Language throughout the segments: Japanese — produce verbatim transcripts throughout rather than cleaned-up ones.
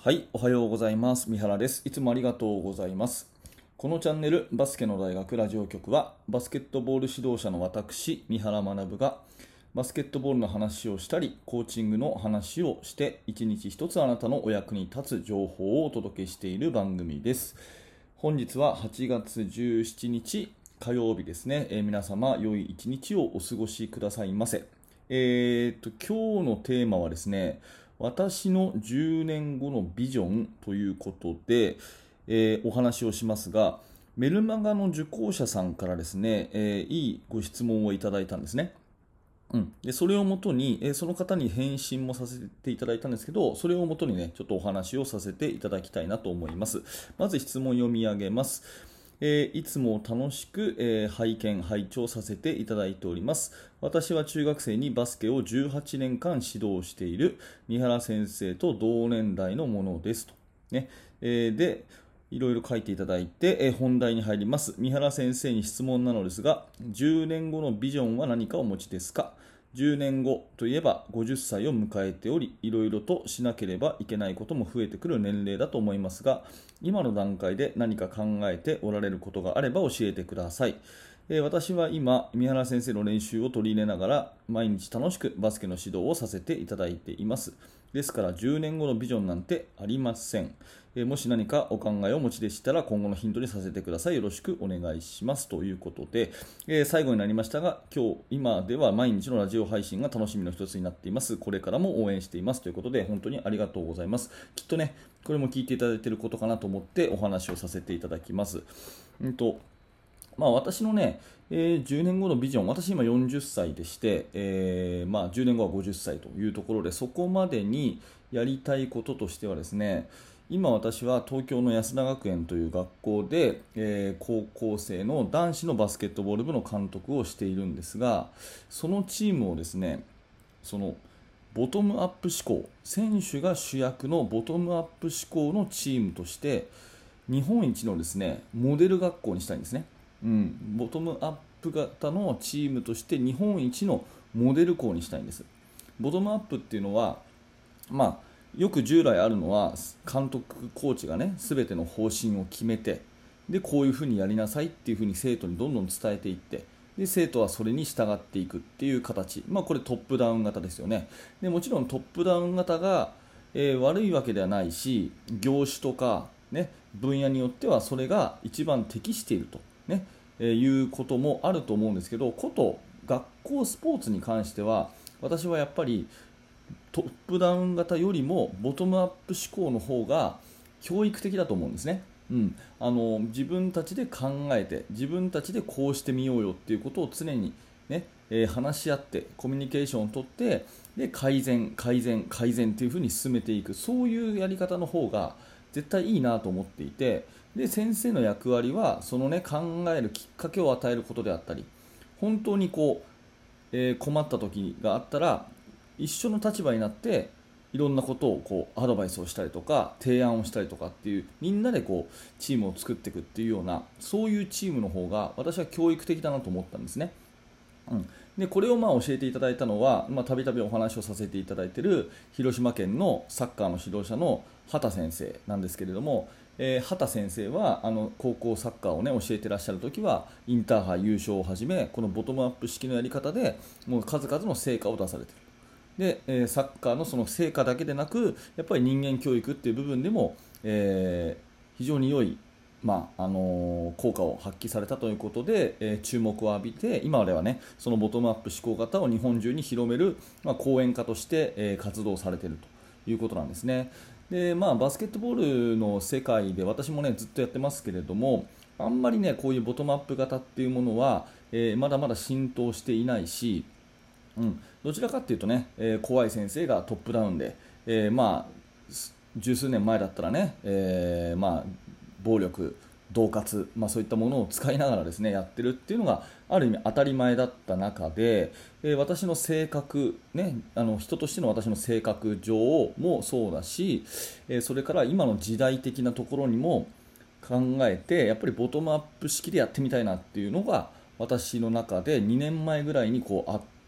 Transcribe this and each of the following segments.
はい、おはようございます。三原です。いつもありがとうございます。このチャンネル、バスケの大学ラジオ局は、バスケットボール指導者の私、三原学が、バスケットボールの話をしたり、コーチングの話をして、一日一つあなたのお役に立つ情報をお届けしている番組です。本日ははちがつじゅうしちにち火曜日ですね。えー皆様、良い一日をお過ごしくださいませ。えーっと、今日のテーマはですね、私のじゅうねんごのビジョンということで、えーお話をしますが、メルマガの受講者さんからですね、えーいいご質問をいただいたんですね。うん、でそれをもとに、えーその方に返信もさせていただいたんですけど、それをもとにね、ちょっとお話をさせていただきたいなと思います。まず質問読み上げます。えーいつも楽しく、えー拝見、拝聴させていただいております。私は中学生にバスケをじゅうはちねんかん指導している三原先生と同年代のものですと。ねえーで、いろいろ書いていただいて、えー本題に入ります。三原先生に質問なのですが、じゅうねんごのビジョンは何かお持ちですか？じゅうねんごといえばごじゅっさいを迎えており、いろいろとしなければいけないことも増えてくる年齢だと思いますが、今の段階で何か考えておられることがあれば教えてください。えー私は今、三原先生の練習を取り入れながら、毎日楽しくバスケの指導をさせていただいています。ですからじゅうねんごのビジョンなんてありません。えーもし何かお考えをお持ちでしたら今後のヒントにさせてください。よろしくお願いします。ということで、えー最後になりましたが、今日、今では毎日のラジオ配信が楽しみの一つになっています。これからも応援しています。ということで、本当にありがとうございます。きっとね、これも聞いていただいていることかなと思ってお話をさせていただきます。うんとまあ、私のね、えーじゅうねんごのビジョン、私今よんじゅっさいでして、えーまあ、じゅうねんごはごじゅっさいというところで、そこまでにやりたいこととしてはですね、今私は東京の安田学園という学校で、えー高校生の男子のバスケットボール部の監督をしているんですが、そのチームをですね、そのボトムアップ思考、選手が主役のボトムアップ思考のチームとして、日本一のですね、モデル学校にしたいんですね。うん、ボトムアップ型のチームとして日本一のモデル校にしたいんです。ボトムアップっていうのは、まあ、よく従来あるのは監督、コーチがね、全ての方針を決めて、でこういうふうにやりなさいっていうふうに生徒にどんどん伝えていって、で生徒はそれに従っていくっていう形、まあ、これトップダウン型ですよね。でもちろんトップダウン型が、えー悪いわけではないし、業種とか、ね、分野によってはそれが一番適していると、ねえーいうこともあると思うんですけど、こと学校スポーツに関しては、私はやっぱりトップダウン型よりもボトムアップ思考の方が教育的だと思うんですね。うん、あの自分たちで考えて、自分たちでこうしてみようよっていうことを常に、ねえー話し合ってコミュニケーションをとって、で改善改善改善っていうふうに進めていく、そういうやり方の方が絶対いいなと思っていて、で先生の役割はその、ね、考えるきっかけを与えることであったり、本当にこう、えー困った時があったら一緒の立場になっていろんなことをこうアドバイスをしたりとか提案をしたりとかっていう、みんなでこうチームを作っていくっていうような、そういうチームの方が私は教育的だなと思ったんですね。うん、でこれをまあ教えていただいたのは、たびたびお話をさせていただいている広島県のサッカーの指導者の畑先生なんですけれども、えー畑先生はあの高校サッカーを、ね、教えていらっしゃるときはインターハイ優勝をはじめ、このボトムアップ式のやり方でもう数々の成果を出されている。で、えーサッカーのその成果だけでなく、やっぱり人間教育っていう部分でも、えー非常に良い、まああのー効果を発揮されたということで、えー注目を浴びて、今ではね、そのボトムアップ思考型を日本中に広める、まあ、講演家として、えー活動されているということなんですね。で、まあ、バスケットボールの世界で私もねずっとやってますけれども、あんまりねこういうボトムアップ型っていうものは、えーまだまだ浸透していないし、うん、どちらかというとね、えー怖い先生がトップダウンで、えーまあ、す十数年前だったらね、えーまあ、暴力、恫喝、まあ、そういったものを使いながらですねやってるっていうのがある意味当たり前だった中で、えー私の性格、ね、あの人としての私の性格上もそうだし、えーそれから今の時代的なところにも考えて、やっぱりボトムアップ式でやってみたいなっていうのが私の中でにねんまえぐらいにこうあって、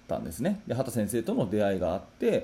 たんですね。で畑先生との出会いがあって、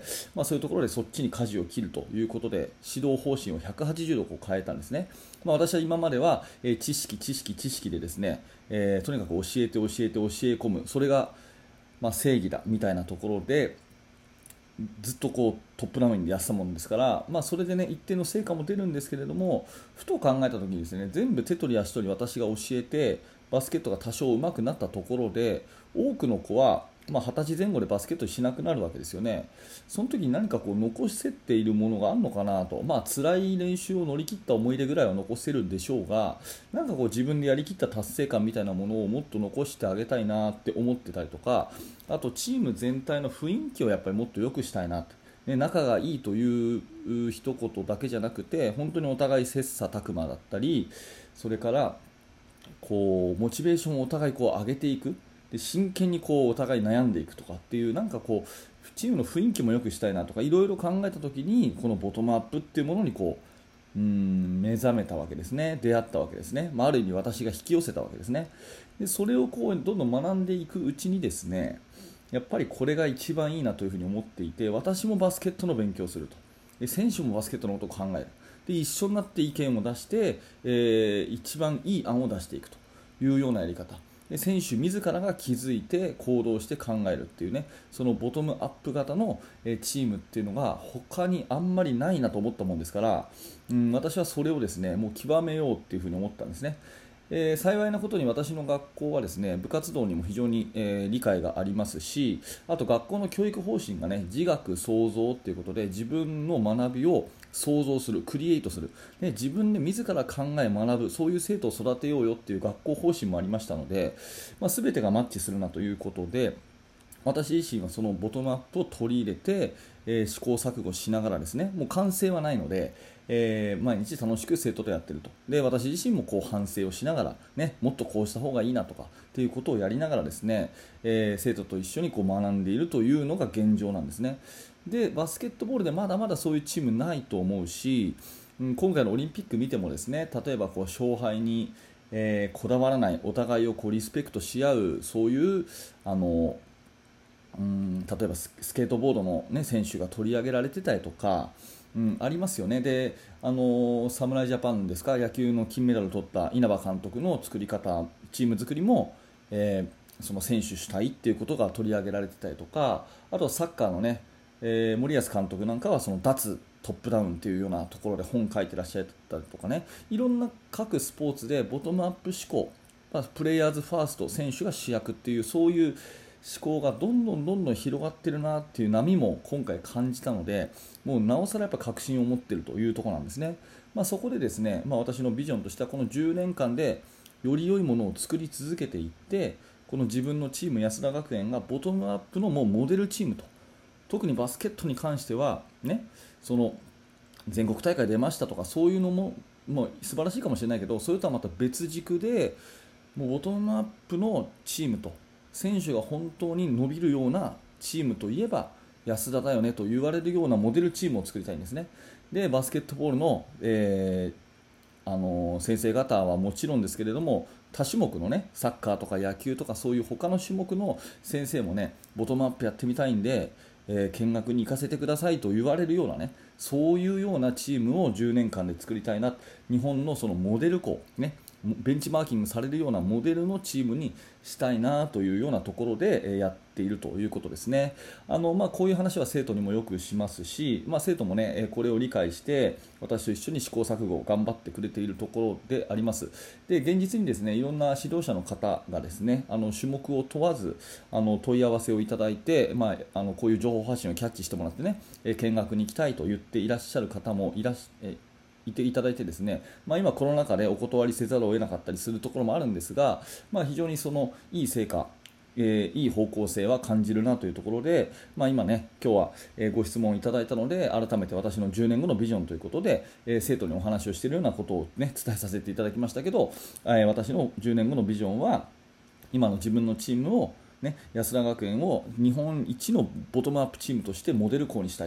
まあ、そういうところでそっちに舵を切るということで指導方針をひゃくはちじゅうどこう変えたんですね。まあ、私は今までは、えー知識知識知識でですね、えーとにかく教えて教えて教え込む、それがまあ正義だみたいなところでずっとこうトップラーメンでやってたもんですから、まあ、それでね一定の成果も出るんですけれども、ふと考えた時にですね、全部手取り足取り私が教えてバスケットが多少上手くなったところで、多くの子はまあ、はたちぜん後でバスケットしなくなるわけですよね。その時に何かこう残せているものがあるのかなと、まあ辛い練習を乗り切った思い出ぐらいは残せるんでしょうが、なんかこう自分でやりきった達成感みたいなものをもっと残してあげたいなって思ってたりとか、あとチーム全体の雰囲気をやっぱりもっと良くしたいなって、ね、仲がいいという一言だけじゃなくて、本当にお互い切磋琢磨だったり、それからこうモチベーションをお互いこう上げていく、で真剣にこうお互い悩んでいくとかっていう、なんかこうチームの雰囲気も良くしたいなとかいろいろ考えた時に、このボトムアップっていうものにこううーん目覚めたわけですね。出会ったわけですね。まあ、ある意味私が引き寄せたわけですね。でそれをこうどんどん学んでいくうちにですね、やっぱりこれが一番いいなというふうに思っていて、私もバスケットの勉強をすると、で選手もバスケットのことを考える、で一緒になって意見を出して、えー一番いい案を出していくというようなやり方で、選手自らが気づいて行動して考えるっていうね、そのボトムアップ型のえーチームっていうのが他にあんまりないなと思ったもんですから、うん、私はそれをですねもう極めようっていうふうに思ったんですね。えー幸いなことに私の学校はですね部活動にも非常に、えー理解がありますし、あと学校の教育方針がね自学創造ということで、自分の学びを創造する、クリエイトする、で自分で自ら考え学ぶ、そういう生徒を育てようよっていう学校方針もありましたので、まあ、全てがマッチするなということで、私自身はそのボトムアップを取り入れて、えー試行錯誤しながらですね、もう完成はないので、えー毎日楽しく生徒とやっていると。で私自身もこう反省をしながら、ね、もっとこうした方がいいなとかっていうことをやりながらですね、えー生徒と一緒にこう学んでいるというのが現状なんですね。でバスケットボールでまだまだそういうチームないと思うし、うん今回のオリンピック見てもですね、例えばこう勝敗に、えーこだわらない、お互いをこうリスペクトし合う、そういうあのうん例えばススケートボードの、ね、選手が取り上げられてたりとか、うん、ありますよね。で、あの侍ジャパンですか、野球の金メダルを取った稲葉監督の作り方、チーム作りも、えーその選手主体っていうことが取り上げられてたりとか、あとはサッカーのね、えー森保監督なんかはその脱トップダウンというようなところで本書いてらっしゃったりとかね、いろんな各スポーツでボトムアップ思考、まあプレイヤーズファースト、選手が主役っていう、そういう思考がどんどんどんどん広がってるなっていう波も今回感じたので、もうなおさらやっぱ確信を持っているというところなんですね。まあ、そこでですね、まあ、私のビジョンとしてはこのじゅうねんかんでより良いものを作り続けていって、この自分のチーム安田学園がボトムアップのもうモデルチームと、特にバスケットに関してはね、その全国大会出ましたとかそういうのも、まあ、素晴らしいかもしれないけど、それとはまた別軸でもうボトムアップのチームと、選手が本当に伸びるようなチームといえば安田だよねと言われるようなモデルチームを作りたいんですね。でバスケットボールの、えーあの先生方はもちろんですけれども、多種目のねサッカーとか野球とかそういう他の種目の先生もねボトムアップやってみたいんで、えー見学に行かせてくださいと言われるようなね、そういうようなチームをじゅうねんかんで作りたいな、日本のそのモデル校ね、ベンチマーキングされるようなモデルのチームにしたいなというようなところでえーやっているということですね。あの、まあ、こういう話は生徒にもよくしますし、まあ、生徒もねえーこれを理解して私と一緒に試行錯誤を頑張ってくれているところであります。で現実にですねいろんな指導者の方がですね、あの種目を問わずあの問い合わせをいただいて、まあ、あのこういう情報発信をキャッチしてもらってね、えー見学に行きたいと言っていらっしゃる方もいらっしゃえーいていただいてですね、まあ、今コロナ禍でお断りせざるを得なかったりするところもあるんですが、まあ、非常にそのいい成果、えーいい方向性は感じるなというところで、まあ、今ね今日はえーご質問いただいたので改めて私のじゅうねんごのビジョンということで、えー生徒にお話をしているようなことを、ね、伝えさせていただきましたけど、えー私のじゅうねんごのビジョンは今の自分のチームを、ね、安田学園を日本一のボトムアップチームとしてモデル校にしたいと。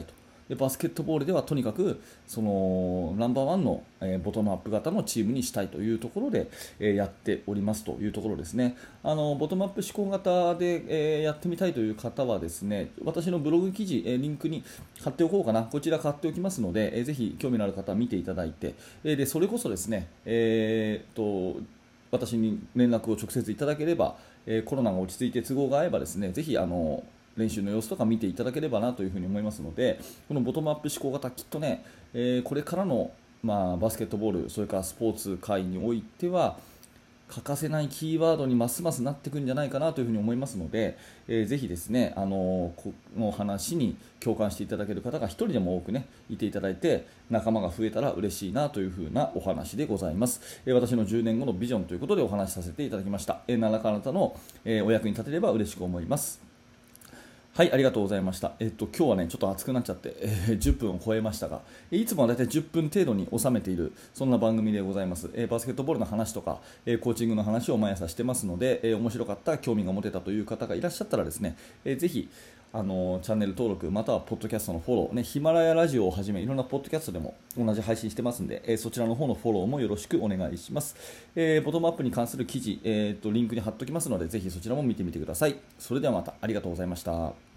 でバスケットボールではとにかくそのナンバーワンの、えーボトムアップ型のチームにしたいというところで、えーやっておりますというところですね。あのボトムアップ思考型で、えーやってみたいという方はですね、私のブログ記事、えーリンクに貼っておこうかな、こちら貼っておきますので、えーぜひ興味のある方は見ていただいて、えーでそれこそですね、えーっと私に連絡を直接いただければ、えーコロナが落ち着いて都合が合えばですね、ぜひあの練習の様子とか見ていただければなというふうに思いますので、このボトムアップ思考型、きっとね、えーこれからの、まあ、バスケットボール、それからスポーツ界においては欠かせないキーワードにますますなっていくんじゃないかなというふうに思いますので、えーぜひですね、あのこの話に共感していただける方が一人でも多くねいていただいて、仲間が増えたら嬉しいなというふうなお話でございます。えー私のじゅうねんごのビジョンということでお話しさせていただきました。えー何らかあなたの、えーお役に立てれば嬉しく思います。はい、ありがとうございました。えっと、今日はね、ちょっと熱くなっちゃって、えーじゅっぷんを超えましたが、えーいつもはだいたいじゅっぷん程度に収めている、そんな番組でございます。えーバスケットボールの話とか、えーコーチングの話を毎朝してますので、えー面白かった、興味が持てたという方がいらっしゃったらですね、えーぜひ、あのーチャンネル登録、またはポッドキャストのフォロー、ね、ヒマラヤラジオをはじめ、いろんなポッドキャストでも同じ配信してますんで、えーそちらの方のフォローもよろしくお願いします。えーボトムアップに関する記事、えーと、リンクに貼っておきますので、ぜひそちらも見てみてください。それではまた、ありがとうございました。